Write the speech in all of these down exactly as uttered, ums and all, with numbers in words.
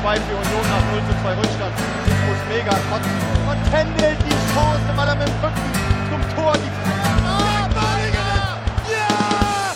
zwei für Union nach null zu zwei Rückstand. Ich muss mega kotzen. Und Kendall die Chance, weil er mit dem Rücken zum Tor die... Ah, Balinger! Ja!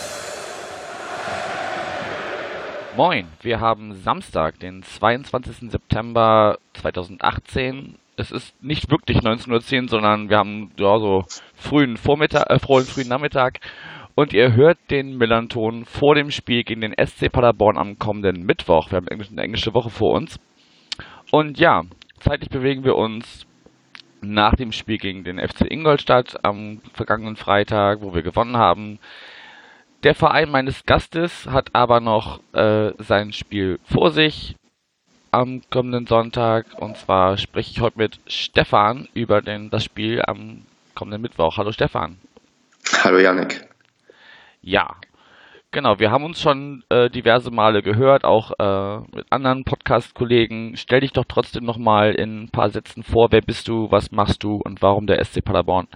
Moin, wir haben Samstag, den zweiundzwanzigsten September zweitausendachtzehn. Es ist nicht wirklich neunzehn Uhr zehn, sondern wir haben ja so frühen Vormittag, äh, frühen, frühen Nachmittag. Und ihr hört den Millern-Ton vor dem Spiel gegen den S C Paderborn am kommenden Mittwoch. Wir haben eine englische Woche vor uns. Und ja, zeitlich bewegen wir uns nach dem Spiel gegen den F C Ingolstadt am vergangenen Freitag, wo wir gewonnen haben. Der Verein meines Gastes hat aber noch äh, sein Spiel vor sich am kommenden Sonntag. Und zwar spreche ich heute mit Stefan über den, das Spiel am kommenden Mittwoch. Hallo Stefan. Hallo Yannick. Ja, genau. Wir haben uns schon äh, diverse Male gehört, auch äh, mit anderen Podcast-Kollegen. Stell dich doch trotzdem nochmal in ein paar Sätzen vor. Wer bist du, was machst du und warum der S C Paderborn?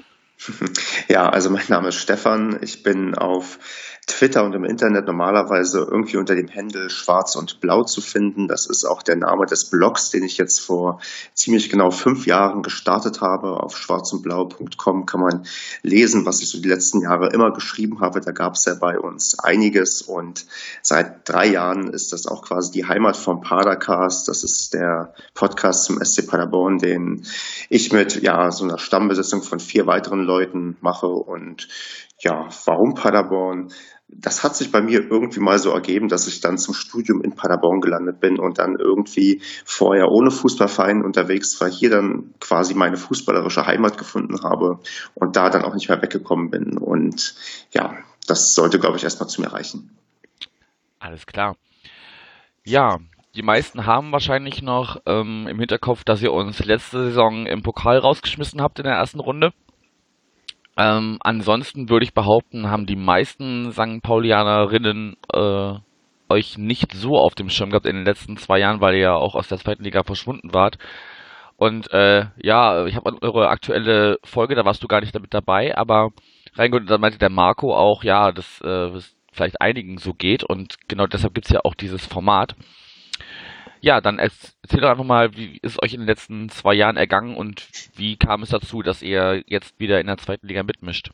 Ja, also mein Name ist Stefan. Ich bin auf Twitter und im Internet normalerweise irgendwie unter dem Handle Schwarz und Blau zu finden. Das ist auch der Name des Blogs, den ich jetzt vor ziemlich genau fünf Jahren gestartet habe. Auf schwarz und blau punkt com kann man lesen, was ich so die letzten Jahre immer geschrieben habe. Da gab es ja bei uns einiges und seit drei Jahren ist das auch quasi die Heimat vom Padercast. Das ist der Podcast zum S C Paderborn, den ich mit ja so einer Stammbesetzung von vier weiteren Leuten mache. Und ja, warum Paderborn? Das hat sich bei mir irgendwie mal so ergeben, dass ich dann zum Studium in Paderborn gelandet bin und dann irgendwie vorher ohne Fußballverein unterwegs war, hier dann quasi meine fußballerische Heimat gefunden habe und da dann auch nicht mehr weggekommen bin. Und ja, das sollte, glaube ich, erstmal zu mir reichen. Alles klar. Ja, die meisten haben wahrscheinlich noch ähm, im Hinterkopf, dass ihr uns letzte Saison im Pokal rausgeschmissen habt in der ersten Runde. Ähm, ansonsten würde ich behaupten, haben die meisten Sankt Paulianerinnen äh, euch nicht so auf dem Schirm gehabt in den letzten zwei Jahren, weil ihr ja auch aus der zweiten Liga verschwunden wart. Und äh, ja, ich habe eure aktuelle Folge, da warst du gar nicht damit dabei, aber reingeholt, da meinte der Marco auch, ja, dass äh, es vielleicht einigen so geht und genau deshalb gibt's ja auch dieses Format. Ja, dann erzählt doch einfach mal, wie ist es euch in den letzten zwei Jahren ergangen und wie kam es dazu, dass ihr jetzt wieder in der zweiten Liga mitmischt?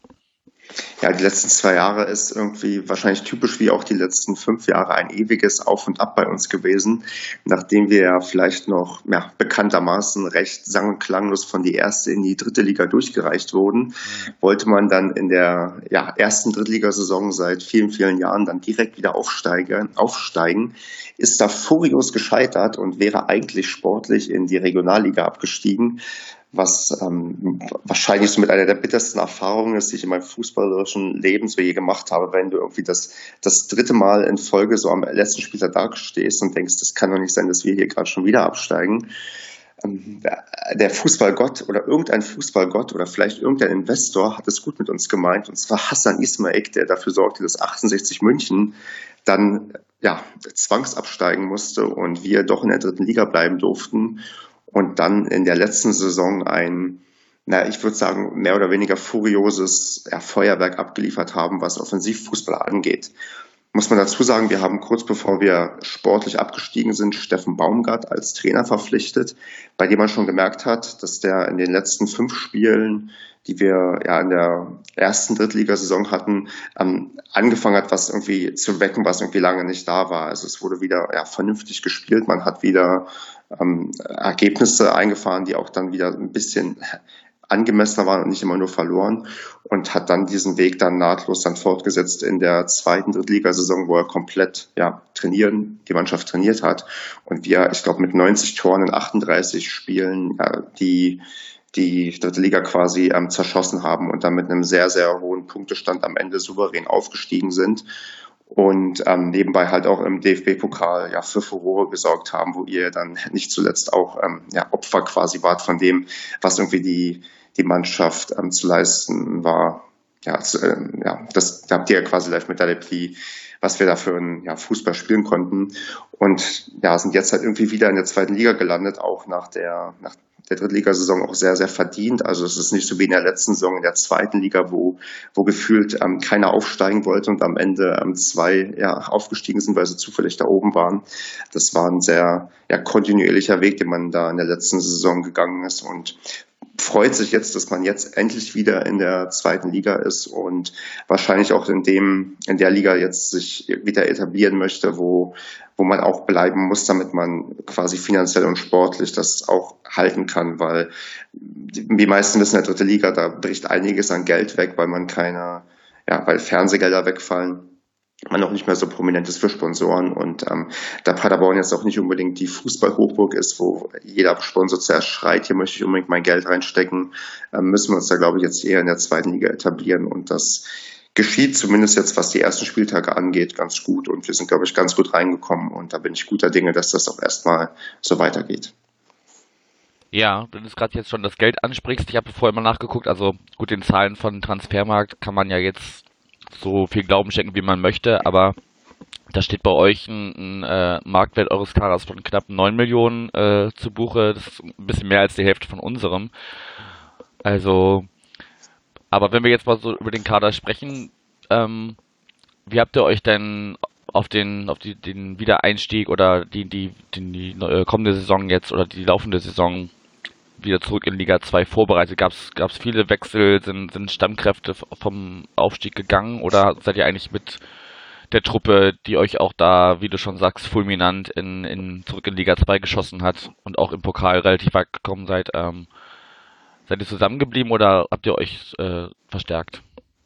Ja, die letzten zwei Jahre ist irgendwie wahrscheinlich typisch wie auch die letzten fünf Jahre ein ewiges Auf und Ab bei uns gewesen. Nachdem wir ja vielleicht noch ja, bekanntermaßen recht sang- und klanglos von die erste in die dritte Liga durchgereicht wurden, wollte man dann in der ja, ersten Drittligasaison seit vielen, vielen Jahren dann direkt wieder aufsteigen, aufsteigen, ist da furios gescheitert und wäre eigentlich sportlich in die Regionalliga abgestiegen, was ähm, wahrscheinlich so mit einer der bittersten Erfahrungen ist, die ich in meinem fußballerischen Leben so je gemacht habe, wenn du irgendwie das, das dritte Mal in Folge so am letzten Spieltag dastehst und denkst, das kann doch nicht sein, dass wir hier gerade schon wieder absteigen. Ähm, der Fußballgott oder irgendein Fußballgott oder vielleicht irgendein Investor hat es gut mit uns gemeint, und zwar Hassan Ismail, der dafür sorgte, dass achtundsechzig München dann ja zwangsabsteigen musste und wir doch in der dritten Liga bleiben durften. Und dann in der letzten Saison ein, na, ich würde sagen, mehr oder weniger furioses ja, Feuerwerk abgeliefert haben, was Offensivfußball angeht. Muss man dazu sagen, wir haben kurz bevor wir sportlich abgestiegen sind, Steffen Baumgart als Trainer verpflichtet, bei dem man schon gemerkt hat, dass der in den letzten fünf Spielen, die wir ja in der ersten Drittligasaison hatten, ähm, angefangen hat, was irgendwie zu wecken, was irgendwie lange nicht da war. Also es wurde wieder ja, vernünftig gespielt, man hat wieder ähm, Ergebnisse eingefahren, die auch dann wieder ein bisschen angemessener waren und nicht immer nur verloren, und hat dann diesen Weg dann nahtlos dann fortgesetzt in der zweiten Drittligasaison, wo er komplett ja trainieren, die Mannschaft trainiert hat und wir, ich glaube, mit neunzig Toren in achtunddreißig Spielen ja, die die dritte Liga quasi ähm, zerschossen haben und dann mit einem sehr, sehr hohen Punktestand am Ende souverän aufgestiegen sind. Und ähm, nebenbei halt auch im D F B-Pokal ja für Furore gesorgt haben, wo ihr dann nicht zuletzt auch ähm, ja, Opfer quasi wart von dem, was irgendwie die die Mannschaft ähm, zu leisten war. Ja, zu, äh, ja, das da habt ihr ja quasi live miterlebt, wie was wir da für einen ja, Fußball spielen konnten. Und ja, sind jetzt halt irgendwie wieder in der zweiten Liga gelandet, auch nach der nach der Drittligasaison auch sehr, sehr verdient. Also es ist nicht so wie in der letzten Saison in der zweiten Liga, wo, wo gefühlt ähm, keiner aufsteigen wollte und am Ende ähm, zwei ja, aufgestiegen sind, weil sie zufällig da oben waren. Das war ein sehr ja, kontinuierlicher Weg, den man da in der letzten Saison gegangen ist, und freut sich jetzt, dass man jetzt endlich wieder in der zweiten Liga ist und wahrscheinlich auch in dem, in der Liga jetzt sich wieder etablieren möchte, wo, wo man auch bleiben muss, damit man quasi finanziell und sportlich das auch halten kann, weil die meisten wissen, in der dritten Liga, da bricht einiges an Geld weg, weil man keine, ja, weil Fernsehgelder wegfallen, man auch nicht mehr so prominent ist für Sponsoren, und ähm, da Paderborn jetzt auch nicht unbedingt die Fußballhochburg ist, wo jeder Sponsor zuerst schreit, hier möchte ich unbedingt mein Geld reinstecken, ähm, müssen wir uns da, glaube ich, jetzt eher in der zweiten Liga etablieren, und das geschieht zumindest jetzt, was die ersten Spieltage angeht, ganz gut, und wir sind, glaube ich, ganz gut reingekommen, und da bin ich guter Dinge, dass das auch erstmal so weitergeht. Ja, wenn du es gerade jetzt schon das Geld ansprichst, ich habe vorher mal nachgeguckt, also gut, den Zahlen von Transfermarkt kann man ja jetzt so viel Glauben schenken, wie man möchte, aber da steht bei euch ein, ein äh, Marktwert eures Kaders von knapp neun Millionen äh, zu Buche. Das ist ein bisschen mehr als die Hälfte von unserem. Also, aber wenn wir jetzt mal so über den Kader sprechen, ähm, wie habt ihr euch denn auf den auf die, den Wiedereinstieg oder die die die, die äh, kommende Saison jetzt oder die laufende Saison wieder zurück in Liga zwei vorbereitet? Gab es viele Wechsel? Sind, sind Stammkräfte vom Aufstieg gegangen oder seid ihr eigentlich mit der Truppe, die euch auch da, wie du schon sagst, fulminant in, in, zurück in Liga zwei geschossen hat und auch im Pokal relativ weit gekommen seid, ähm, seid ihr zusammengeblieben oder habt ihr euch äh, verstärkt?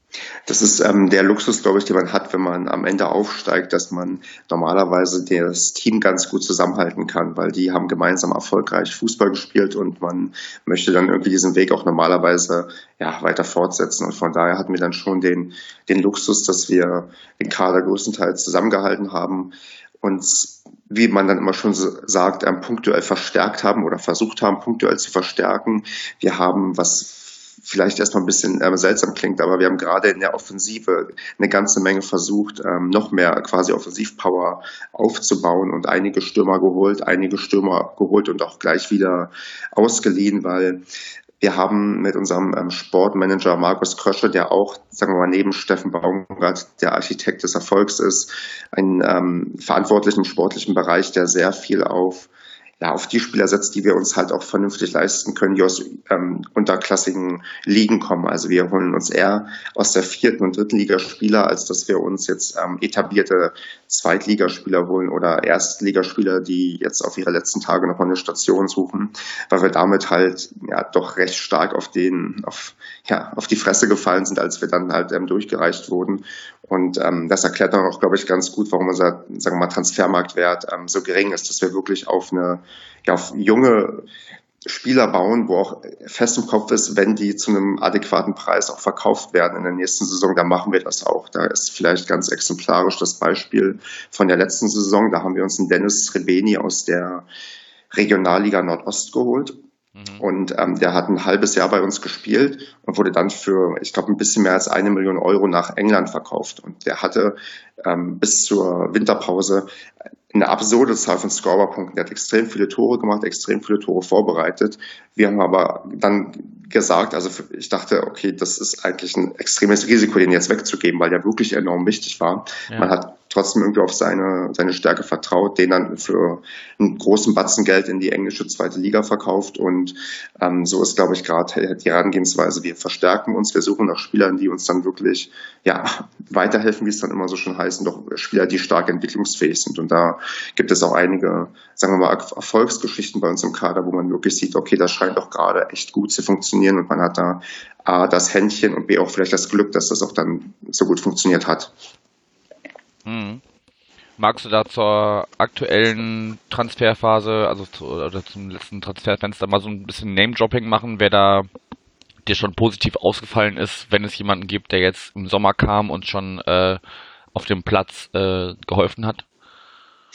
Das ist ähm, der Luxus, glaube ich, den man hat, wenn man am Ende aufsteigt, dass man normalerweise das Team ganz gut zusammenhalten kann, weil die haben gemeinsam erfolgreich Fußball gespielt und man möchte dann irgendwie diesen Weg auch normalerweise ja weiter fortsetzen. Und von daher hatten wir dann schon den, den Luxus, dass wir den Kader größtenteils zusammengehalten haben, uns, wie man dann immer schon sagt, ähm, punktuell verstärkt haben oder versucht haben, punktuell zu verstärken. Wir haben, was vielleicht erstmal ein bisschen äh, seltsam klingt, aber wir haben gerade in der Offensive eine ganze Menge versucht, ähm, noch mehr quasi Offensivpower aufzubauen und einige Stürmer geholt, einige Stürmer geholt und auch gleich wieder ausgeliehen, weil wir haben mit unserem ähm, Sportmanager Markus Krösche, der auch, sagen wir mal, neben Steffen Baumgart der Architekt des Erfolgs ist, einen ähm, verantwortlichen sportlichen Bereich, der sehr viel auf ja, auf die Spieler setzt, die wir uns halt auch vernünftig leisten können, die aus ähm, unterklassigen Ligen kommen. Also wir holen uns eher aus der vierten und dritten Liga Spieler, als dass wir uns jetzt ähm, etablierte Zweitligaspieler holen oder Erstligaspieler, die jetzt auf ihre letzten Tage noch mal eine Station suchen, weil wir damit halt ja doch recht stark auf den, auf, ja, auf die Fresse gefallen sind, als wir dann halt ähm, durchgereicht wurden. Und ähm, das erklärt dann auch, glaube ich, ganz gut, warum unser, sagen wir mal, Transfermarktwert ähm, so gering ist, dass wir wirklich auf eine, ja, auf junge Spieler bauen, wo auch fest im Kopf ist, wenn die zu einem adäquaten Preis auch verkauft werden in der nächsten Saison, dann machen wir das auch. Da ist vielleicht ganz exemplarisch das Beispiel von der letzten Saison. Da haben wir uns einen Dennis Srebeni aus der Regionalliga Nordost geholt. Und ähm, der hat ein halbes Jahr bei uns gespielt und wurde dann für, ich glaube, ein bisschen mehr als eine Million Euro nach England verkauft. Und der hatte ähm, bis zur Winterpause eine absurde Zahl von Scorerpunkten. Der hat extrem viele Tore gemacht, extrem viele Tore vorbereitet. Wir haben aber dann gesagt, also ich dachte, okay, das ist eigentlich ein extremes Risiko, den jetzt wegzugeben, weil der wirklich enorm wichtig war. Ja. Man hat trotzdem irgendwie auf seine, seine Stärke vertraut, den dann für einen großen Batzen Geld in die englische zweite Liga verkauft. Und ähm, so ist, glaube ich, gerade die Herangehensweise. Wir verstärken uns, wir suchen nach Spielern, die uns dann wirklich ja weiterhelfen, wie es dann immer so schön heißt, und doch Spieler, die stark entwicklungsfähig sind. Und da gibt es auch einige, sagen wir mal, Erfolgsgeschichten bei uns im Kader, wo man wirklich sieht, okay, das scheint auch gerade echt gut zu funktionieren und man hat da A, das Händchen und B, auch vielleicht das Glück, dass das auch dann so gut funktioniert hat. Hm. Magst du da zur aktuellen Transferphase, also zu, oder zum letzten Transferfenster mal so ein bisschen Name-Dropping machen, wer da dir schon positiv ausgefallen ist, wenn es jemanden gibt, der jetzt im Sommer kam und schon äh, auf dem Platz äh, geholfen hat?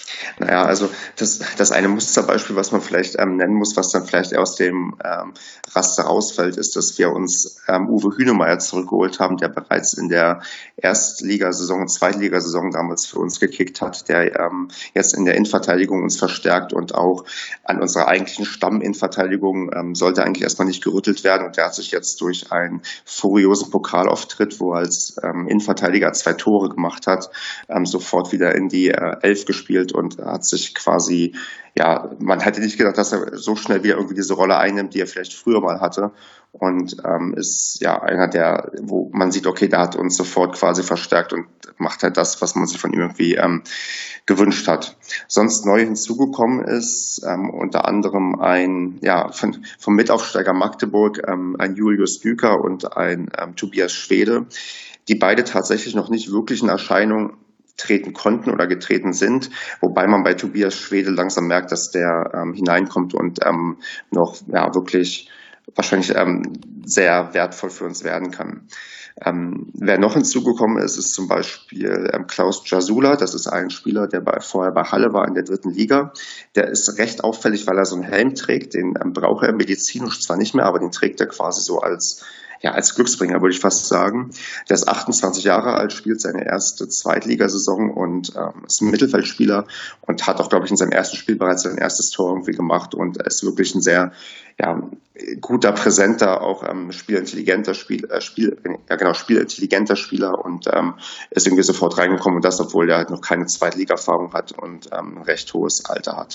Naja, also das, das eine Musterbeispiel, was man vielleicht ähm, nennen muss, was dann vielleicht aus dem ähm, Raster rausfällt, ist, dass wir uns ähm, Uwe Hünemeyer zurückgeholt haben, der bereits in der Erstligasaison und Zweitligasaison damals für uns gekickt hat, der ähm, jetzt in der Innenverteidigung uns verstärkt und auch an unserer eigentlichen Stamm-Innenverteidigung ähm, sollte eigentlich erstmal nicht gerüttelt werden. Und der hat sich jetzt durch einen furiosen Pokalauftritt, wo er als ähm, Innenverteidiger zwei Tore gemacht hat, ähm, sofort wieder in die äh, Elf gespielt und hat sich quasi, ja, man hätte nicht gedacht, dass er so schnell wieder irgendwie diese Rolle einnimmt, die er vielleicht früher mal hatte. Und ähm, ist ja einer der, wo man sieht, okay, der hat uns sofort quasi verstärkt und macht halt das, was man sich von ihm irgendwie ähm, gewünscht hat. Sonst neu hinzugekommen ist ähm, unter anderem ein, ja, von, vom Mitaufsteiger Magdeburg, ähm, ein Julius Büker und ein ähm, Tobias Schwede, die beide tatsächlich noch nicht wirklich in Erscheinung treten konnten oder getreten sind, wobei man bei Tobias Schwede langsam merkt, dass der ähm, hineinkommt und ähm, noch ja wirklich wahrscheinlich ähm, sehr wertvoll für uns werden kann. Ähm, wer noch hinzugekommen ist, ist zum Beispiel ähm, Klaus Jasula. Das ist ein Spieler, der bei, vorher bei Halle war in der dritten Liga. Der ist recht auffällig, weil er so einen Helm trägt. Den ähm, braucht er medizinisch zwar nicht mehr, aber den trägt er quasi so als ja, als Glücksbringer, würde ich fast sagen. Der ist achtundzwanzig Jahre alt, spielt seine erste Zweitligasaison und ähm, ist ein Mittelfeldspieler und hat auch, glaube ich, in seinem ersten Spiel bereits sein erstes Tor irgendwie gemacht und ist wirklich ein sehr ja, guter, präsenter, auch ähm, spielintelligenter Spiel, äh, Spiel, ja genau, spielintelligenter Spieler und ähm, ist irgendwie sofort reingekommen und das, obwohl er halt noch keine Zweitliga-Erfahrung hat und ähm, ein recht hohes Alter hat.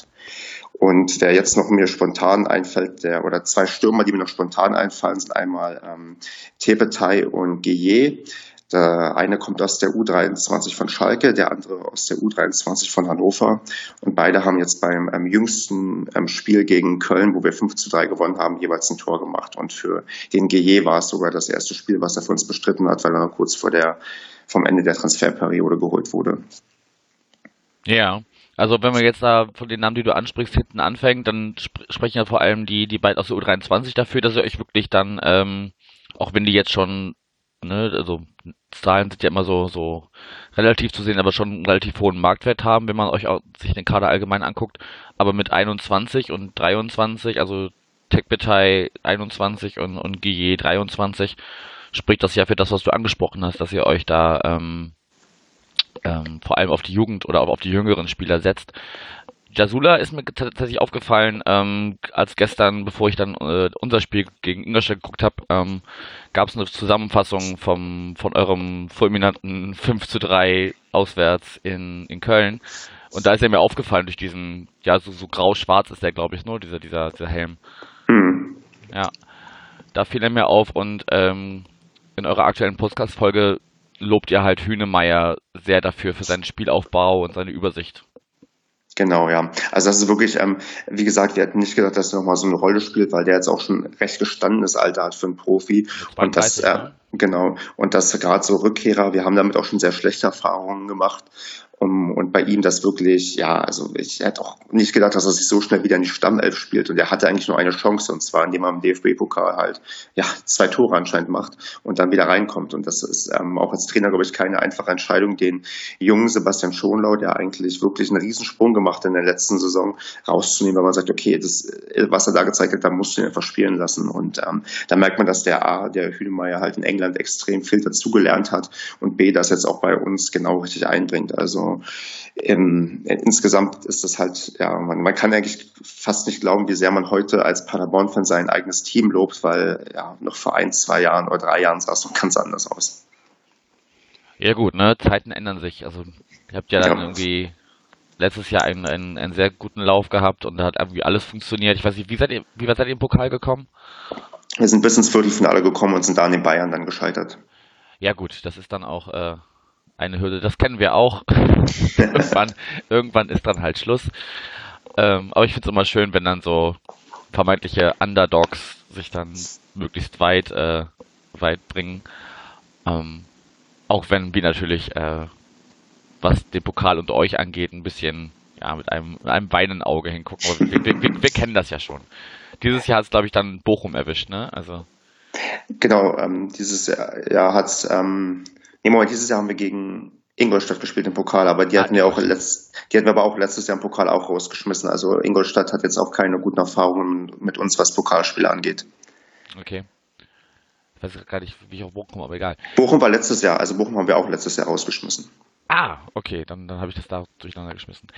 Und wer jetzt noch mir spontan einfällt, der oder zwei Stürmer, die mir noch spontan einfallen, sind einmal ähm, Tepetai und Guillet. Der eine kommt aus der U dreiundzwanzig von Schalke, der andere aus der U dreiundzwanzig von Hannover. Und beide haben jetzt beim ähm, jüngsten ähm, Spiel gegen Köln, wo wir fünf zu drei gewonnen haben, jeweils ein Tor gemacht. Und für den Guillet war es sogar das erste Spiel, was er für uns bestritten hat, weil er kurz vor der, vom Ende der Transferperiode geholt wurde. Ja, also wenn man jetzt da von den Namen, die du ansprichst, hinten anfängt, dann sp sprechen ja vor allem die, die beiden aus der U dreiundzwanzig dafür, dass ihr euch wirklich dann, ähm, auch wenn die jetzt schon, ne, also Zahlen sind ja immer so, so relativ zu sehen, aber schon einen relativ hohen Marktwert haben, wenn man euch auch sich den Kader allgemein anguckt, aber mit einundzwanzig und dreiundzwanzig, also Tekbetay einundzwanzig und, und Guillet dreiundzwanzig, spricht das ja für das, was du angesprochen hast, dass ihr euch da, ähm, ähm, vor allem auf die Jugend oder auch auf die jüngeren Spieler setzt. Jasula ist mir tatsächlich aufgefallen, ähm, als gestern, bevor ich dann äh, unser Spiel gegen Ingolstadt geguckt habe, ähm, gab es eine Zusammenfassung vom, von eurem fulminanten fünf zu drei auswärts in, in Köln. Und da ist er mir aufgefallen durch diesen, ja, so, so grau-schwarz ist der, glaube ich, nur, dieser, dieser, dieser Helm. Hm. Ja, da fiel er mir auf und ähm, in eurer aktuellen Podcast-Folge lobt ihr halt Hünemeyer sehr dafür, für seinen Spielaufbau und seine Übersicht. Genau, ja. Also das ist wirklich, ähm, wie gesagt, wir hätten nicht gedacht, dass er nochmal so eine Rolle spielt, weil der jetzt auch schon recht gestandenes Alter hat für einen Profi. Und das, äh, ne? genau, und das gerade so Rückkehrer, wir haben damit auch schon sehr schlechte Erfahrungen gemacht. Um, und bei ihm das wirklich, ja, also ich hätte auch nicht gedacht, dass er sich so schnell wieder in die Stammelf spielt. Und er hatte eigentlich nur eine Chance, und zwar indem er im D F B-Pokal halt ja zwei Tore anscheinend macht und dann wieder reinkommt. Und das ist ähm, auch als Trainer, glaube ich, keine einfache Entscheidung, den jungen Sebastian Schonlau, der eigentlich wirklich einen Riesensprung gemacht hat in der letzten Saison, rauszunehmen, weil man sagt, okay, das, was er da gezeigt hat, da musst du ihn einfach spielen lassen. Und ähm, da merkt man, dass der A, der Hünemeyer halt in England extrem viel dazugelernt hat und B, das jetzt auch bei uns genau richtig einbringt. Also ähm, insgesamt ist das halt, ja, man, man kann eigentlich fast nicht glauben, wie sehr man heute als Paderborn-Fan sein eigenes Team lobt, weil ja noch vor ein, zwei Jahren oder drei Jahren sah es noch ganz anders aus. Ja gut, ne, Zeiten ändern sich. Also ihr habt ja dann Ja. irgendwie letztes Jahr einen, einen, einen sehr guten Lauf gehabt und da hat irgendwie alles funktioniert. Ich weiß nicht, wie seid ihr, wie weit seid ihr im Pokal gekommen? Wir sind bis ins Viertelfinale gekommen und sind da an den Bayern dann gescheitert. Ja gut, das ist dann auch äh, eine Hürde, das kennen wir auch. irgendwann, irgendwann ist dann halt Schluss. Ähm, aber ich finde es immer schön, wenn dann so vermeintliche Underdogs sich dann möglichst weit, äh, weit bringen. Ähm, auch wenn wir natürlich, äh, was den Pokal und euch angeht, ein bisschen ja, mit einem, mit einem weinenden Auge hingucken. Aber wir, wir, wir, wir kennen das ja schon. Dieses Jahr hat es, glaube ich, dann Bochum erwischt, ne? Also. Genau, ähm, dieses Jahr, Jahr hat ähm, nee, Moment, dieses Jahr haben wir gegen Ingolstadt gespielt im Pokal, aber die Ah, hatten wir auch Ingolstadt. letzt, die hatten wir aber auch letztes Jahr im Pokal auch rausgeschmissen. Also Ingolstadt hat jetzt auch keine guten Erfahrungen mit uns, was Pokalspiele angeht. Okay. Ich weiß gar nicht, wie ich auf Bochum komme, aber egal. Bochum war letztes Jahr, also Bochum haben wir auch letztes Jahr rausgeschmissen. Ah, okay, dann, dann habe ich das da durcheinander geschmissen.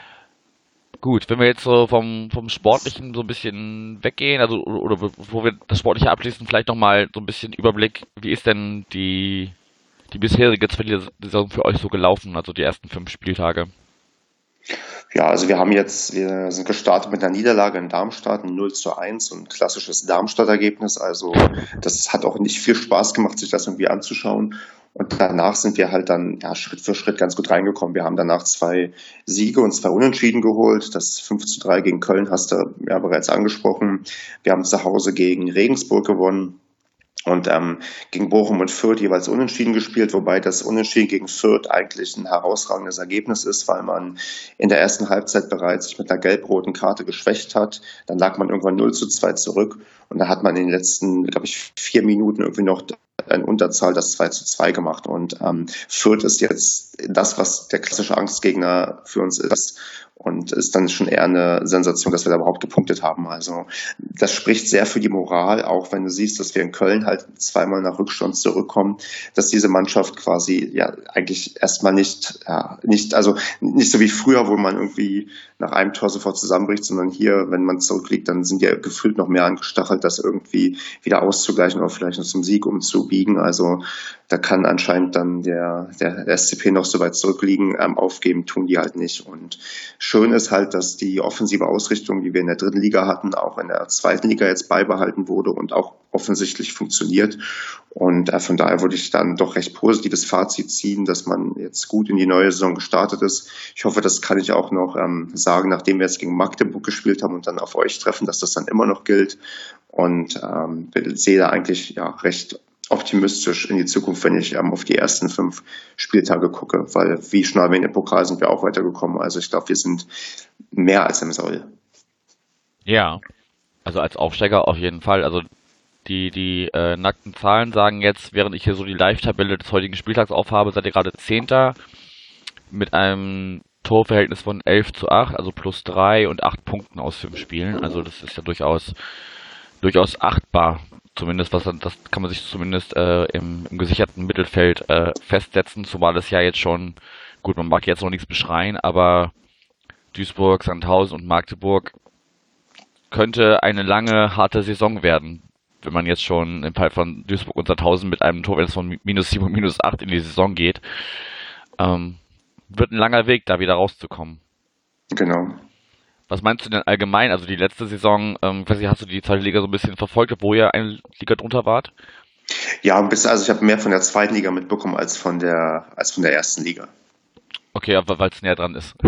Gut, wenn wir jetzt so vom, vom Sportlichen so ein bisschen weggehen, also oder, oder bevor wir das Sportliche abschließen, vielleicht nochmal so ein bisschen Überblick, wie ist denn die, die bisherige zweite Saison für euch so gelaufen, also die ersten fünf Spieltage? Ja, also wir haben jetzt, wir sind gestartet mit einer Niederlage in Darmstadt, ein null zu eins, so ein klassisches Darmstadt-Ergebnis. Also das hat auch nicht viel Spaß gemacht, sich das irgendwie anzuschauen. Und danach sind wir halt dann ja, Schritt für Schritt ganz gut reingekommen. Wir haben danach zwei Siege und zwei Unentschieden geholt. Das fünf zu drei gegen Köln hast du ja bereits angesprochen. Wir haben zu Hause gegen Regensburg gewonnen. Und ähm, gegen Bochum und Fürth jeweils unentschieden gespielt, wobei das Unentschieden gegen Fürth eigentlich ein herausragendes Ergebnis ist, weil man in der ersten Halbzeit bereits sich mit einer gelb-roten Karte geschwächt hat. Dann lag man irgendwann null zu zwei zurück und da hat man in den letzten, glaube ich, vier Minuten irgendwie noch in Unterzahl das zwei zu zwei gemacht. Und ähm, Fürth ist jetzt das, was der klassische Angstgegner für uns ist. Und ist dann schon eher eine Sensation, dass wir da überhaupt gepunktet haben. Also das spricht sehr für die Moral, auch wenn du siehst, dass wir in Köln halt zweimal nach Rückstand zurückkommen, dass diese Mannschaft quasi ja eigentlich erstmal nicht, ja, nicht, also nicht so wie früher, wo man irgendwie nach einem Tor sofort zusammenbricht, sondern hier, wenn man zurückliegt, dann sind die gefühlt noch mehr angestachelt, das irgendwie wieder auszugleichen oder vielleicht noch zum Sieg umzubiegen. Also da kann anscheinend dann der, der S C P noch so weit zurückliegen, ähm, aufgeben tun die halt nicht. Und schön ist halt, dass die offensive Ausrichtung, die wir in der dritten Liga hatten, auch in der zweiten Liga jetzt beibehalten wurde und auch offensichtlich funktioniert. Und äh, von daher würde ich dann doch recht positives Fazit ziehen, dass man jetzt gut in die neue Saison gestartet ist. Ich hoffe, das kann ich auch noch ähm, sagen, nachdem wir jetzt gegen Magdeburg gespielt haben und dann auf euch treffen, dass das dann immer noch gilt. Und ähm, sehe da eigentlich ja recht optimistisch in die Zukunft, wenn ich ähm, auf die ersten fünf Spieltage gucke, weil wie schon erwähnt, im Pokal sind wir auch weitergekommen. Also ich glaube, wir sind mehr als im Soll. Ja, also als Aufsteiger auf jeden Fall. Also die, die äh, nackten Zahlen sagen jetzt, während ich hier so die Live-Tabelle des heutigen Spieltags aufhabe, seid ihr gerade Zehnter mit einem Torverhältnis von elf zu acht, also plus drei und acht Punkten aus fünf Spielen. Also das ist ja durchaus durchaus achtbar. Zumindest was das kann man sich zumindest äh, im, im gesicherten Mittelfeld äh, festsetzen, zumal es ja jetzt schon, gut, man mag jetzt noch nichts beschreien, aber Duisburg, Sandhausen und Magdeburg könnte eine lange, harte Saison werden, wenn man jetzt schon im Fall von Duisburg und Sandhausen mit einem Torverhältnis von minus sieben und minus acht in die Saison geht. Ähm, wird ein langer Weg, da wieder rauszukommen. Genau. Was meinst du denn allgemein? Also die letzte Saison, ähm, weiß ich, hast du die zweite Liga so ein bisschen verfolgt, obwohl ihr eine Liga drunter wart? Ja, ein bisschen, also ich habe mehr von der zweiten Liga mitbekommen als von der als von der ersten Liga. Okay, aber weil es näher dran ist.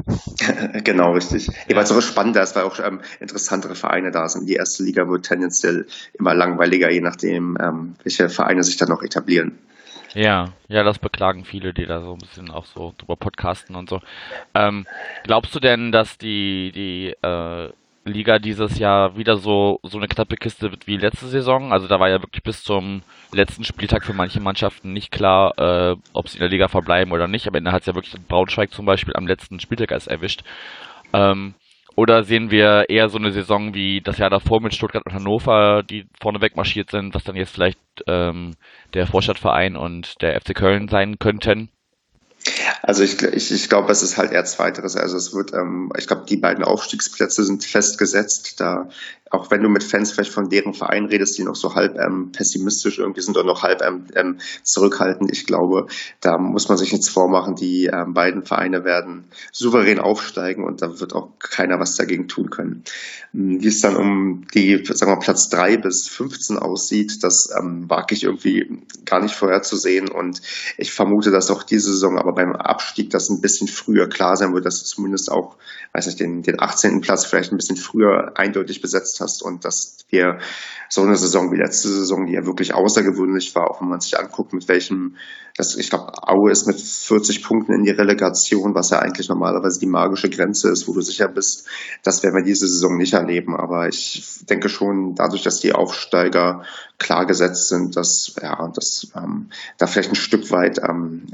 Genau, richtig. Ja, Ja. weil es auch spannender ist, weil auch ähm, interessantere Vereine da sind. Die erste Liga wird tendenziell immer langweiliger, je nachdem, ähm, welche Vereine sich dann noch etablieren. Ja, ja, das beklagen viele, die da so ein bisschen auch so drüber podcasten und so. Ähm, glaubst du denn, dass die, die äh, Liga dieses Jahr wieder so, so eine knappe Kiste wird wie letzte Saison? Also da war ja wirklich bis zum letzten Spieltag für manche Mannschaften nicht klar, äh, ob sie in der Liga verbleiben oder nicht. Am Ende hat es ja wirklich Braunschweig zum Beispiel am letzten Spieltag erst erwischt. Ähm, oder sehen wir eher so eine Saison wie das Jahr davor mit Stuttgart und Hannover, die vorneweg marschiert sind, was dann jetzt vielleicht ähm, der Vorstadtverein und der F C Köln sein könnten? Also ich, ich, ich glaube, es ist halt eher Zweiteres. Also es wird, ähm, ich glaube, die beiden Aufstiegsplätze sind festgesetzt. Da, auch wenn du mit Fans vielleicht von deren Verein redest, die noch so halb ähm, pessimistisch irgendwie sind oder noch halb ähm, ähm, zurückhaltend, ich glaube, da muss man sich nichts vormachen. Die ähm, beiden Vereine werden souverän aufsteigen und da wird auch keiner was dagegen tun können. Wie es dann um die, sagen wir, Platz drei bis fünfzehn aussieht, das ähm, wage ich irgendwie gar nicht vorherzusehen und ich vermute, dass auch diese Saison aber beim Abstieg das ein bisschen früher klar sein wird, dass du zumindest auch, weiß nicht, den, den achtzehnten Platz vielleicht ein bisschen früher eindeutig besetzt hast und dass wir so eine Saison wie letzte Saison, die ja wirklich außergewöhnlich war, auch wenn man sich anguckt, mit welchem, das, ich glaube, Aue ist mit vierzig Punkten in die Relegation, was ja eigentlich normalerweise die magische Grenze ist, wo du sicher bist, das werden wir diese Saison nicht erleben. Aber ich denke schon, dadurch, dass die Aufsteiger klar gesetzt sind, dass ja, dass ähm, da vielleicht ein Stück weit ähm,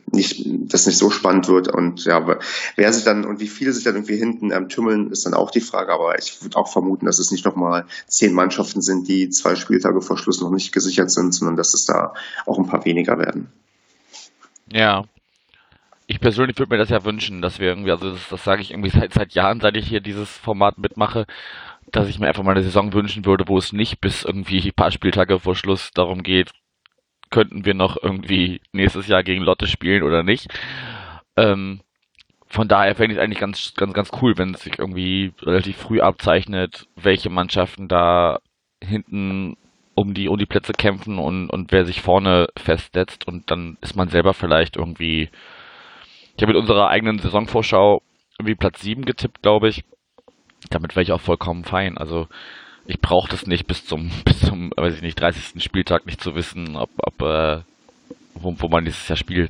nicht, das nicht so spannend wird. Und ja, wer sich dann und wie viele sich dann irgendwie hinten ähm, tümmeln, ist dann auch die Frage. Aber ich würde auch vermuten, dass es nicht nochmal zehn Mannschaften sind, die zwei Spieltage vor Schluss noch nicht gesichert sind, sondern dass es da auch ein paar weniger werden. Ja. Ich persönlich würde mir das ja wünschen, dass wir irgendwie, also das, das sage ich irgendwie seit, seit Jahren, seit ich hier dieses Format mitmache, dass ich mir einfach mal eine Saison wünschen würde, wo es nicht bis irgendwie ein paar Spieltage vor Schluss darum geht, könnten wir noch irgendwie nächstes Jahr gegen Lotte spielen oder nicht. Ähm, von daher fände ich es eigentlich ganz, ganz, ganz cool, wenn es sich irgendwie relativ früh abzeichnet, welche Mannschaften da hinten um die, um die Plätze kämpfen und, und wer sich vorne festsetzt und dann ist man selber vielleicht irgendwie. Ich habe mit unserer eigenen Saisonvorschau irgendwie Platz sieben getippt, glaube ich. Damit wäre ich auch vollkommen fein. Also ich brauche das nicht bis zum, bis zum, weiß ich nicht, dreißigsten Spieltag nicht zu wissen, ob, ob äh, wo, wo man dieses Jahr spielt.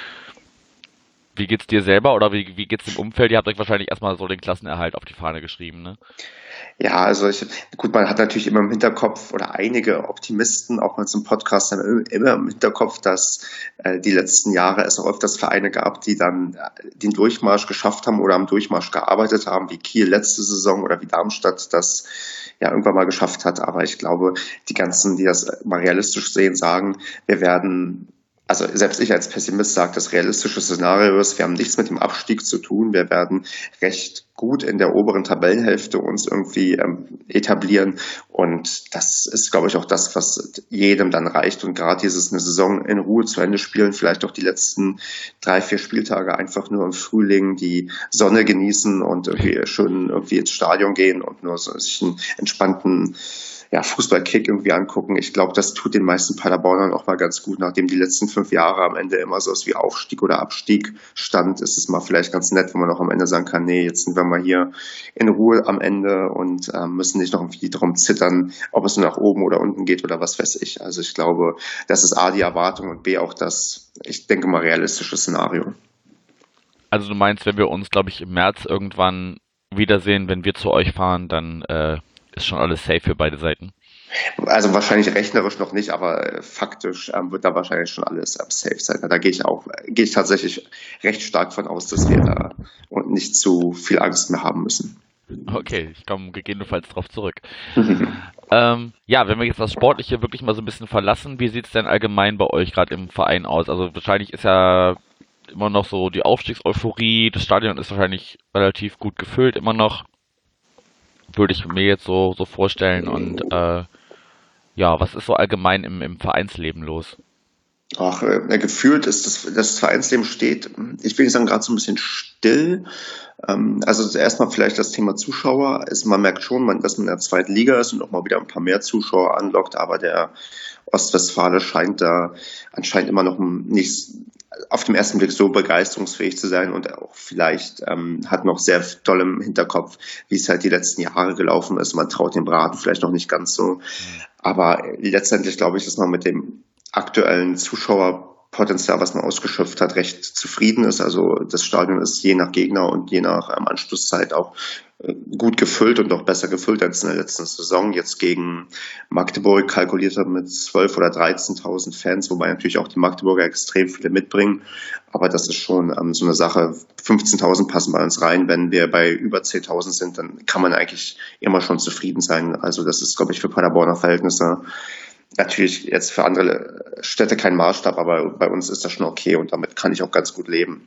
Wie geht's dir selber oder wie, wie geht's dem Umfeld? Ihr habt euch wahrscheinlich erstmal so den Klassenerhalt auf die Fahne geschrieben, ne? Ja, also ich, gut, man hat natürlich immer im Hinterkopf oder einige Optimisten, auch mal zum Podcast, haben immer im Hinterkopf, dass äh, die letzten Jahre es auch öfters Vereine gab, die dann äh, den Durchmarsch geschafft haben oder am Durchmarsch gearbeitet haben, wie Kiel letzte Saison oder wie Darmstadt das ja irgendwann mal geschafft hat. Aber ich glaube, die ganzen, die das mal realistisch sehen, sagen, wir werden. Also selbst ich als Pessimist sage, das realistische Szenario ist, wir haben nichts mit dem Abstieg zu tun. Wir werden recht gut in der oberen Tabellenhälfte uns irgendwie ähm, etablieren. Und das ist, glaube ich, auch das, was jedem dann reicht. Und gerade dieses eine Saison in Ruhe zu Ende spielen, vielleicht auch die letzten drei, vier Spieltage einfach nur im Frühling die Sonne genießen und irgendwie schön irgendwie ins Stadion gehen und nur so sich einen entspannten ja, Fußballkick irgendwie angucken. Ich glaube, das tut den meisten Paderbornern auch mal ganz gut, nachdem die letzten fünf Jahre am Ende immer so was wie Aufstieg oder Abstieg stand, ist es mal vielleicht ganz nett, wenn man auch am Ende sagen kann, nee, jetzt sind wir mal hier in Ruhe am Ende und äh, müssen nicht noch irgendwie darum zittern, ob es nur nach oben oder unten geht oder was weiß ich. Also ich glaube, das ist A, die Erwartung und B, auch das, ich denke mal, realistische Szenario. Also du meinst, wenn wir uns, glaube ich, im März irgendwann wiedersehen, wenn wir zu euch fahren, dann äh, ist schon alles safe für beide Seiten? Also wahrscheinlich rechnerisch noch nicht, aber äh, faktisch ähm, wird da wahrscheinlich schon alles ähm, safe sein. Da gehe ich auch, gehe ich tatsächlich recht stark von aus, dass wir da und nicht zu viel Angst mehr haben müssen. Okay, ich komme gegebenenfalls drauf zurück. ähm, ja, wenn wir jetzt das Sportliche wirklich mal so ein bisschen verlassen, wie sieht es denn allgemein bei euch gerade im Verein aus? Also wahrscheinlich ist ja immer noch so die Aufstiegseuphorie, das Stadion ist wahrscheinlich relativ gut gefüllt, immer noch. Würde ich mir jetzt so, so vorstellen. Und äh, ja, was ist so allgemein im, im Vereinsleben los? Ach, äh, gefühlt ist das, das Vereinsleben steht, ich will nicht sagen, gerade so ein bisschen still. Ähm, also erstmal vielleicht das Thema Zuschauer. Also man merkt schon, man, dass man in der zweiten Liga ist und auch mal wieder ein paar mehr Zuschauer anlockt, aber der Ostwestfale scheint da anscheinend immer noch nicht auf den ersten Blick so begeisterungsfähig zu sein und auch vielleicht ähm, hat noch sehr doll im Hinterkopf, wie es halt die letzten Jahre gelaufen ist. Man traut dem Braten vielleicht noch nicht ganz so. Aber letztendlich glaube ich, dass man mit dem aktuellen Zuschauerpotenzial, was man ausgeschöpft hat, recht zufrieden ist. Also das Stadion ist je nach Gegner und je nach ähm, Anschlusszeit auch äh, gut gefüllt und noch besser gefüllt als in der letzten Saison. Jetzt gegen Magdeburg kalkuliert er mit zwölftausend oder dreizehntausend Fans, wobei natürlich auch die Magdeburger extrem viele mitbringen. Aber das ist schon ähm, so eine Sache. fünfzehntausend passen bei uns rein. Wenn wir bei über zehntausend sind, dann kann man eigentlich immer schon zufrieden sein. Also das ist, glaube ich, für Paderborner Verhältnisse natürlich jetzt für andere Städte kein Maßstab, aber bei uns ist das schon okay und damit kann ich auch ganz gut leben.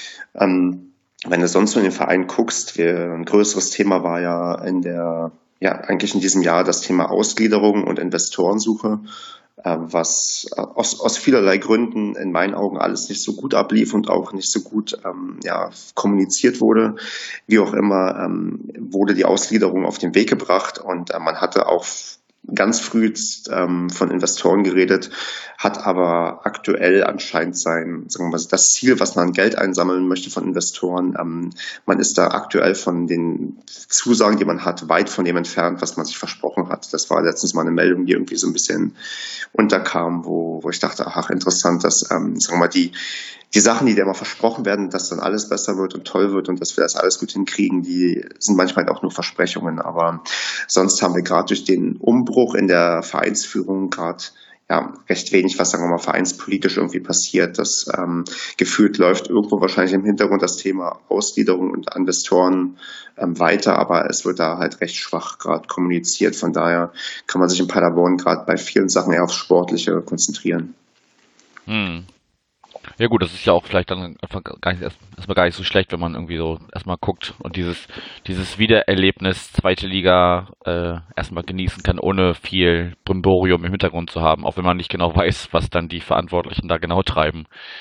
Ähm, wenn du sonst in den Verein guckst, wir, ein größeres Thema war ja in der, ja, eigentlich in diesem Jahr das Thema Ausgliederung und Investorensuche, äh, was aus, aus vielerlei Gründen in meinen Augen alles nicht so gut ablief und auch nicht so gut ähm, ja, kommuniziert wurde. Wie auch immer ähm, wurde die Ausgliederung auf den Weg gebracht und äh, man hatte auch ganz früh ähm, von Investoren geredet, hat aber aktuell anscheinend sein, sagen wir mal, das Ziel, was man Geld einsammeln möchte von Investoren. Ähm, man ist da aktuell von den Zusagen, die man hat, weit von dem entfernt, was man sich versprochen hat. Das war letztens mal eine Meldung, die irgendwie so ein bisschen unterkam, wo, wo ich dachte, ach, interessant, dass, ähm, sagen wir mal, die, die Sachen, die dir immer versprochen werden, dass dann alles besser wird und toll wird und dass wir das alles gut hinkriegen, die sind manchmal auch nur Versprechungen. Aber sonst haben wir gerade durch den Umbruch in der Vereinsführung gerade ja, recht wenig, was, sagen wir mal, vereinspolitisch irgendwie passiert. Das ähm, gefühlt läuft irgendwo wahrscheinlich im Hintergrund das Thema Ausgliederung und Investoren ähm, weiter, aber es wird da halt recht schwach gerade kommuniziert. Von daher kann man sich in Paderborn gerade bei vielen Sachen eher aufs Sportliche konzentrieren. Hm. Ja gut, das ist ja auch vielleicht dann einfach gar nicht, erst- erstmal gar nicht so schlecht, wenn man irgendwie so erstmal guckt und dieses, dieses Wiedererlebnis zweite Liga äh, erstmal genießen kann, ohne viel Brimborium im Hintergrund zu haben, auch wenn man nicht genau weiß, was dann die Verantwortlichen da genau treiben.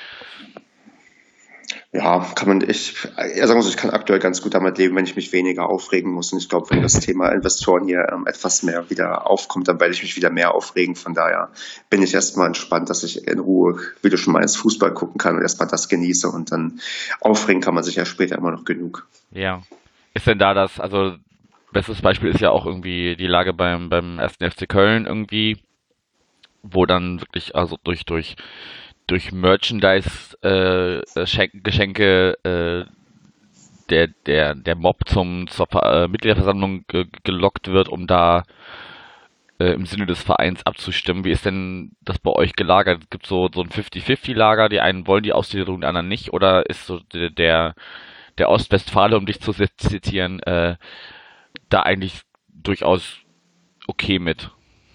Ja, kann man, ich, ja, sagen wir so, ich kann aktuell ganz gut damit leben, wenn ich mich weniger aufregen muss. Und ich glaube, wenn das Thema Investoren hier ähm, etwas mehr wieder aufkommt, dann werde ich mich wieder mehr aufregen. Von daher bin ich erstmal entspannt, dass ich in Ruhe, wie du schon meinst, Fußball gucken kann und erstmal das genieße. Und dann aufregen kann man sich ja später immer noch genug. Ja. Ist denn da das, also bestes Beispiel ist ja auch irgendwie die Lage beim, beim ersten F C Köln irgendwie, wo dann wirklich, also durch, durch, durch Merchandise, äh, äh, Schen- Geschenke, äh, der, der, der Mob zum, zur Ver- äh, Mitgliederversammlung ge gelockt wird, um da äh, im Sinne des Vereins abzustimmen. Wie ist denn das bei euch gelagert? Gibt es so, so ein fünfzig fünfzig Lager? Die einen wollen die Ausgliederung, die anderen nicht? Oder ist so der, der, der Ostwestfale, um dich zu zitieren, äh, da eigentlich durchaus okay mit?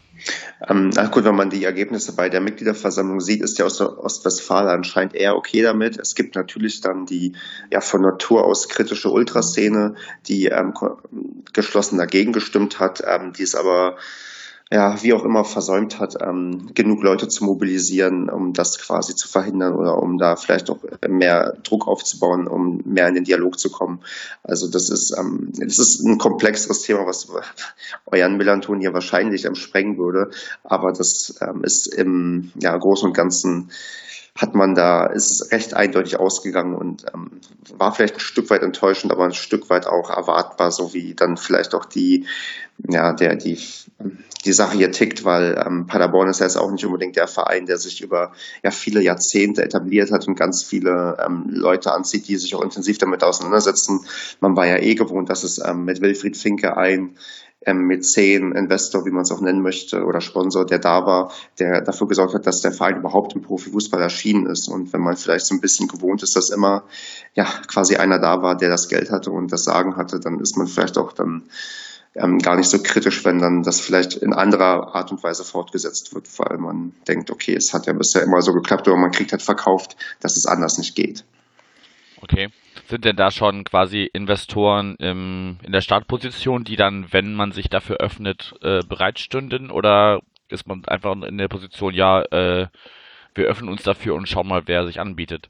Ähm, na gut, wenn man die Ergebnisse bei der Mitgliederversammlung sieht, ist ja aus der Ostwestfalen anscheinend eher okay damit. Es gibt natürlich dann die ja von Natur aus kritische Ultraszene, die ähm, ko- geschlossen dagegen gestimmt hat, ähm, die es aber ja, wie auch immer versäumt hat, ähm, genug Leute zu mobilisieren, um das quasi zu verhindern oder um da vielleicht auch mehr Druck aufzubauen, um mehr in den Dialog zu kommen. Also das ist, ähm, das ist ein komplexeres Thema, was euren Melanton hier wahrscheinlich ähm, sprengen würde, aber das ähm, ist im ja, Großen und Ganzen hat man da, ist es recht eindeutig ausgegangen und ähm, war vielleicht ein Stück weit enttäuschend, aber ein Stück weit auch erwartbar, so wie dann vielleicht auch die, ja, der, die, die Sache hier tickt, weil ähm, Paderborn ist ja jetzt auch nicht unbedingt der Verein, der sich über ja viele Jahrzehnte etabliert hat und ganz viele ähm, Leute anzieht, die sich auch intensiv damit auseinandersetzen. Man war ja eh gewohnt, dass es ähm, mit Wilfried Finke ein ähm, Mäzen, Investor, wie man es auch nennen möchte, oder Sponsor, der da war, der dafür gesorgt hat, dass der Verein überhaupt im Profifußball erschienen ist. Und wenn man vielleicht so ein bisschen gewohnt ist, dass immer ja quasi einer da war, der das Geld hatte und das Sagen hatte, dann ist man vielleicht auch dann ähm, gar nicht so kritisch, wenn dann das vielleicht in anderer Art und Weise fortgesetzt wird, weil man denkt, okay, es hat ja bisher immer so geklappt, oder man kriegt halt verkauft, dass es anders nicht geht. Okay. Sind denn da schon quasi Investoren im, in der Startposition, die dann, wenn man sich dafür öffnet, äh, bereitstünden? Oder ist man einfach in der Position, ja, äh, wir öffnen uns dafür und schauen mal, wer sich anbietet?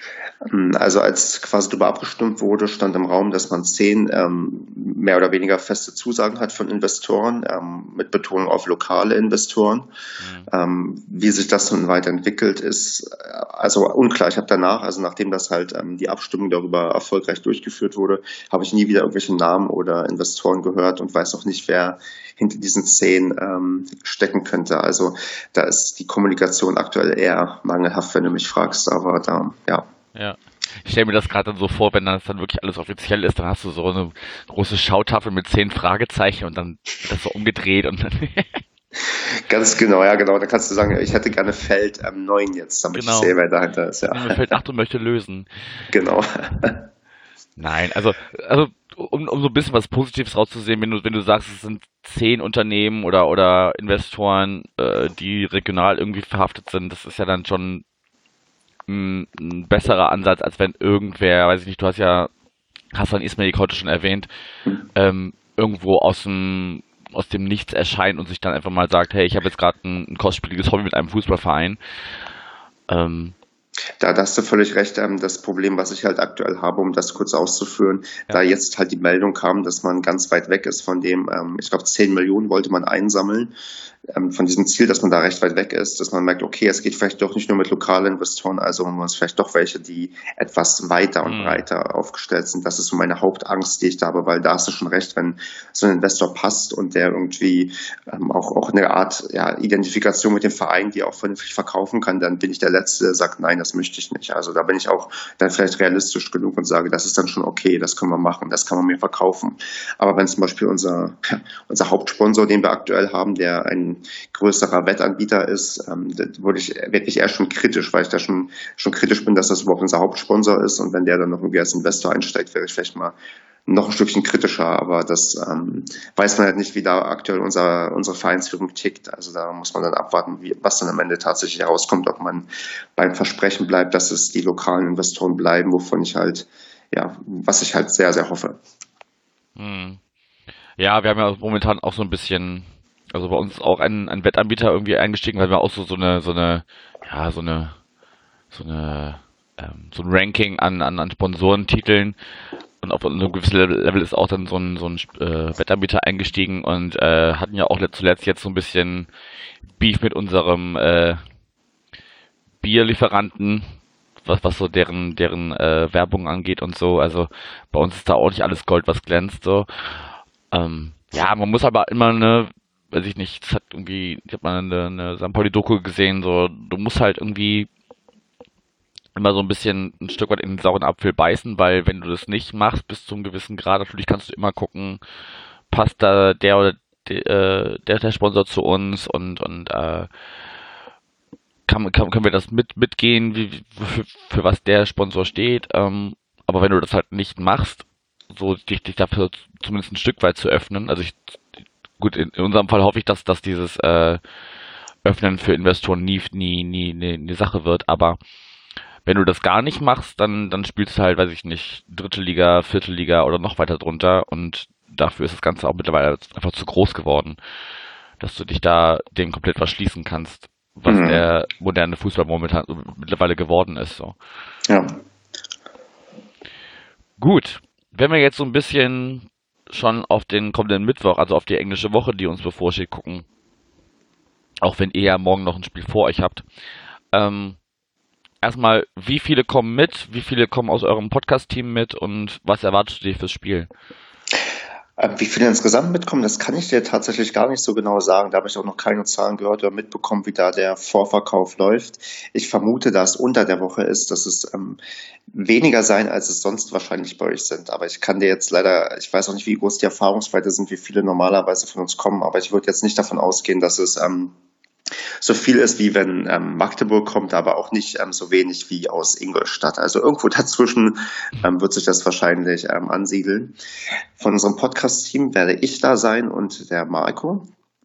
Also als quasi darüber abgestimmt wurde, stand im Raum, dass man zehn ähm, mehr oder weniger feste Zusagen hat von Investoren, ähm, mit Betonung auf lokale Investoren. Mhm. Ähm, wie sich das nun weiterentwickelt, ist äh, also unklar. Ich habe danach, also nachdem das halt ähm, die Abstimmung darüber erfolgreich durchgeführt wurde, habe ich nie wieder irgendwelche Namen oder Investoren gehört und weiß auch nicht, wer hinter diesen zehn ähm, stecken könnte. Also da ist die Kommunikation aktuell eher mangelhaft, wenn du mich fragst, aber da, ja. Ja. Ich stelle mir das gerade dann so vor, wenn das dann wirklich alles offiziell ist, dann hast du so eine große Schautafel mit zehn Fragezeichen und dann wird das so umgedreht und dann Ganz genau, ja genau. Da kannst du sagen, ich hätte gerne Feld ähm, neun jetzt, damit genau. ich sehe, wer dahinter ist. Ja, Mir fällt acht und möchte lösen. genau. Nein, also, also um, um so ein bisschen was Positives rauszusehen, wenn du, wenn du sagst, es sind zehn Unternehmen oder, oder Investoren, äh, die regional irgendwie verhaftet sind, das ist ja dann schon ein, ein besserer Ansatz, als wenn irgendwer, weiß ich nicht, du hast ja Hasan Ismail heute schon erwähnt, ähm, irgendwo aus dem aus dem Nichts erscheint und sich dann einfach mal sagt, hey, ich habe jetzt gerade ein, ein kostspieliges Hobby mit einem Fußballverein. Ähm, Da, da hast du völlig recht. Ähm, das Problem, was ich halt aktuell habe, um das kurz auszuführen, Ja. da jetzt halt die Meldung kam, dass man ganz weit weg ist von dem, ähm, ich glaube, zehn Millionen wollte man einsammeln, ähm, von diesem Ziel, dass man da recht weit weg ist, dass man merkt, okay, es geht vielleicht doch nicht nur mit lokalen Investoren, also man muss vielleicht doch welche, die etwas weiter und Mhm. breiter aufgestellt sind. Das ist so meine Hauptangst, die ich da habe, weil da hast du schon recht, wenn so ein Investor passt und der irgendwie ähm, auch, auch eine Art ja, Identifikation mit dem Verein, die er auch vernünftig verkaufen kann, dann bin ich der Letzte, der sagt, nein, das möchte ich nicht. Also da bin ich auch dann vielleicht realistisch genug und sage, das ist dann schon okay, das können wir machen, das kann man mir verkaufen. Aber wenn zum Beispiel unser, unser Hauptsponsor, den wir aktuell haben, der ein ein größerer Wettanbieter ist, ähm, das würde ich, werde ich eher schon kritisch, weil ich da schon, schon kritisch bin, dass das überhaupt unser Hauptsponsor ist. Und wenn der dann noch irgendwie als Investor einsteigt, wäre ich vielleicht mal noch ein Stückchen kritischer, aber das ähm, weiß man halt nicht, wie da aktuell unser, unsere Vereinsführung tickt. Also da muss man dann abwarten, wie, was dann am Ende tatsächlich herauskommt, ob man beim Versprechen bleibt, dass es die lokalen Investoren bleiben, wovon ich halt, ja, was ich halt sehr, sehr hoffe. Hm. Ja, wir haben ja momentan auch so ein bisschen, also bei uns ist auch ein, ein Wettanbieter irgendwie eingestiegen, weil wir auch so, so eine, so eine, ja, so eine, so eine, ähm, so ein Ranking an, an, an Sponsorentiteln. Und auf einem gewissen Level ist auch dann so ein, so ein äh, Wettanbieter eingestiegen und äh, hatten ja auch zuletzt jetzt so ein bisschen Beef mit unserem äh, Bierlieferanten, was, was so deren, deren äh, Werbung angeht und so. Also bei uns ist da auch nicht alles Gold, was glänzt. So. Ähm, ja, man muss aber immer eine, weiß ich nicht, das hat irgendwie, ich habe mal eine, eine Sankt Pauli-Doku gesehen, so, du musst halt irgendwie immer so ein bisschen ein Stück weit in den sauren Apfel beißen, weil wenn du das nicht machst bis zum gewissen Grad, natürlich kannst du immer gucken, passt da der oder de, äh, der, der Sponsor zu uns und und äh, kann, kann, können wir das mit mitgehen, wie, wie- für, für was der Sponsor steht. Ähm, aber wenn du das halt nicht machst, so dich, dich dafür zumindest ein Stück weit zu öffnen, also ich gut, in, in unserem Fall hoffe ich, dass dass dieses äh, Öffnen für Investoren nie nie nie eine eine Sache wird, aber wenn du das gar nicht machst, dann, dann spielst du halt, weiß ich nicht, dritte Liga, vierte Liga oder noch weiter drunter und dafür ist das Ganze auch mittlerweile einfach zu groß geworden, dass du dich da dem komplett verschließen kannst, was Mhm. der moderne Fußball momentan mittlerweile geworden ist. So. Ja. Gut, wenn wir jetzt so ein bisschen schon auf den kommenden Mittwoch, also auf die englische Woche, die uns bevorsteht, gucken, auch wenn ihr ja morgen noch ein Spiel vor euch habt, ähm, erstmal, wie viele kommen mit? Wie viele kommen aus eurem Podcast-Team mit? Und was erwartest du dir fürs Spiel? Äh, Wie viele insgesamt mitkommen, das kann ich dir tatsächlich gar nicht so genau sagen. Da habe ich auch noch keine Zahlen gehört oder mitbekommen, wie da der Vorverkauf läuft. Ich vermute, da es unter der Woche ist, dass es ähm, weniger sein, als es sonst wahrscheinlich bei euch sind. Aber ich kann dir jetzt leider, ich weiß auch nicht, wie groß die Erfahrungsweite sind, wie viele normalerweise von uns kommen, aber ich würde jetzt nicht davon ausgehen, dass es ähm, so viel ist, wie wenn ähm, Magdeburg kommt, aber auch nicht ähm, so wenig wie aus Ingolstadt. Also irgendwo dazwischen ähm, wird sich das wahrscheinlich ähm, ansiedeln. Von unserem Podcast-Team werde ich da sein und der Marco.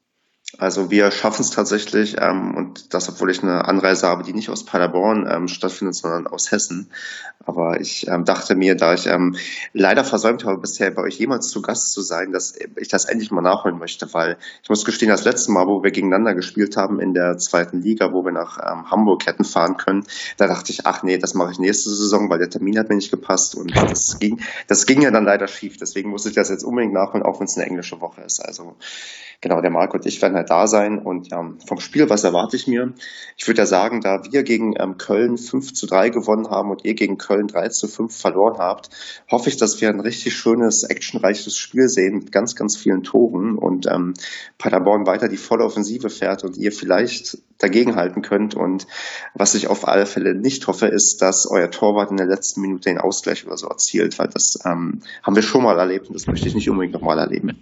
Also wir schaffen es tatsächlich, ähm, und das, obwohl ich eine Anreise habe, die nicht aus Paderborn ähm, stattfindet, sondern aus Hessen. Aber ich ähm, dachte mir, da ich ähm, leider versäumt habe, bisher bei euch jemals zu Gast zu sein, dass ich das endlich mal nachholen möchte, weil ich muss gestehen, das letzte Mal, wo wir gegeneinander gespielt haben in der zweiten Liga, wo wir nach ähm, Hamburg hätten fahren können, da dachte ich, ach nee, das mache ich nächste Saison, weil der Termin hat mir nicht gepasst und das ging, das ging ja dann leider schief. Deswegen muss ich das jetzt unbedingt nachholen, auch wenn es eine englische Woche ist. Also genau, der Marc und ich werden halt da sein und ja, vom Spiel, was erwarte ich mir? Ich würde ja sagen, da wir gegen ähm, Köln fünf zu drei gewonnen haben und ihr gegen Köln drei zu fünf verloren habt, hoffe ich, dass wir ein richtig schönes, actionreiches Spiel sehen mit ganz, ganz vielen Toren und ähm, Paderborn weiter die volle Offensive fährt und ihr vielleicht dagegenhalten könnt. Und was ich auf alle Fälle nicht hoffe, ist, dass euer Torwart in der letzten Minute den Ausgleich oder so erzielt, weil das ähm, haben wir schon mal erlebt und das möchte ich nicht unbedingt nochmal erleben.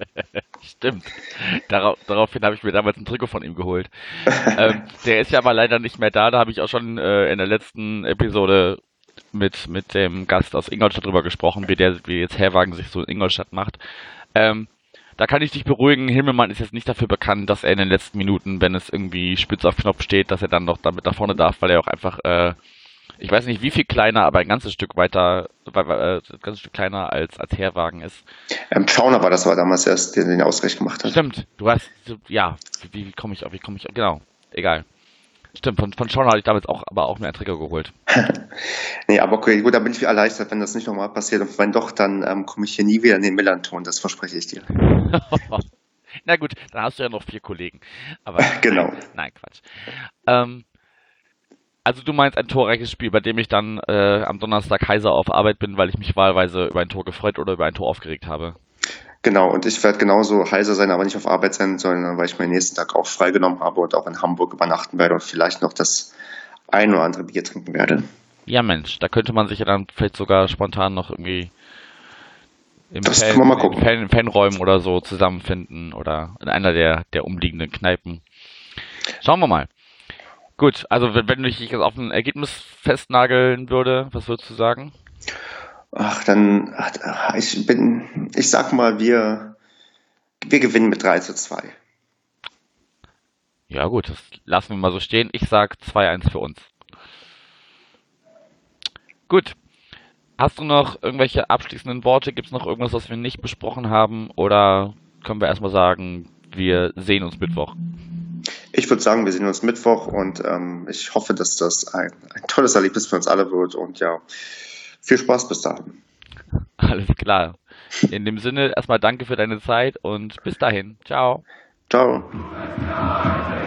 Stimmt. Darauf, daraufhin habe ich mir damals ein Trikot von ihm geholt. Ähm, der ist ja aber leider nicht mehr da. Da habe ich auch schon äh, in der letzten Episode mit, mit dem Gast aus Ingolstadt drüber gesprochen, wie der, wie jetzt Herwagen sich so in Ingolstadt macht. Ähm, da kann ich dich beruhigen. Himmelmann ist jetzt nicht dafür bekannt, dass er in den letzten Minuten, wenn es irgendwie spitz auf Knopf steht, dass er dann noch damit nach vorne darf, weil er auch einfach, äh, ich weiß nicht wie viel kleiner, aber ein ganzes Stück weiter, äh, ein ganzes Stück kleiner als, als Herwagen ist. Ähm, Schauner war das, war damals erst, der den Ausgleich gemacht hat. Stimmt, du hast, ja, wie, wie komme ich auf, wie komme ich auf, genau, egal. Stimmt, von, von Schauner hatte ich damals auch, aber auch mir einen Trigger geholt. Nee, aber okay, gut, da bin ich erleichtert, wenn das nicht nochmal passiert. Und wenn doch, dann ähm, komme ich hier nie wieder in den Millanton, das verspreche ich dir. Na gut, dann hast du ja noch vier Kollegen. Aber Genau. Nein, nein Quatsch. Ähm, also du meinst ein torreiches Spiel, bei dem ich dann äh, am Donnerstag heiser auf Arbeit bin, weil ich mich wahlweise über ein Tor gefreut oder über ein Tor aufgeregt habe. Genau, und ich werde genauso heiser sein, aber nicht auf Arbeit sein, sondern weil ich meinen nächsten Tag auch freigenommen habe und auch in Hamburg übernachten werde und vielleicht noch das ein oder andere Bier trinken werde. Ja Mensch, da könnte man sich ja dann vielleicht sogar spontan noch irgendwie im Das Fan, können wir mal in gucken. Fan, Fanräumen oder so zusammenfinden oder in einer der, der umliegenden Kneipen. Schauen wir mal. Gut, also wenn, wenn ich dich jetzt auf ein Ergebnis festnageln würde, was würdest du sagen? Ach, dann, ach, ich bin, ich sag mal, wir, wir gewinnen mit drei zu zwei. Ja gut, das lassen wir mal so stehen. Ich sag zwei eins für uns. Gut. Hast du noch irgendwelche abschließenden Worte? Gibt es noch irgendwas, was wir nicht besprochen haben? Oder können wir erstmal sagen, wir sehen uns Mittwoch? Ich würde sagen, wir sehen uns Mittwoch und ähm, ich hoffe, dass das ein, ein tolles Erlebnis für uns alle wird und ja, viel Spaß bis dahin. Alles klar. In dem Sinne, erstmal danke für deine Zeit und bis dahin. Ciao. Ciao.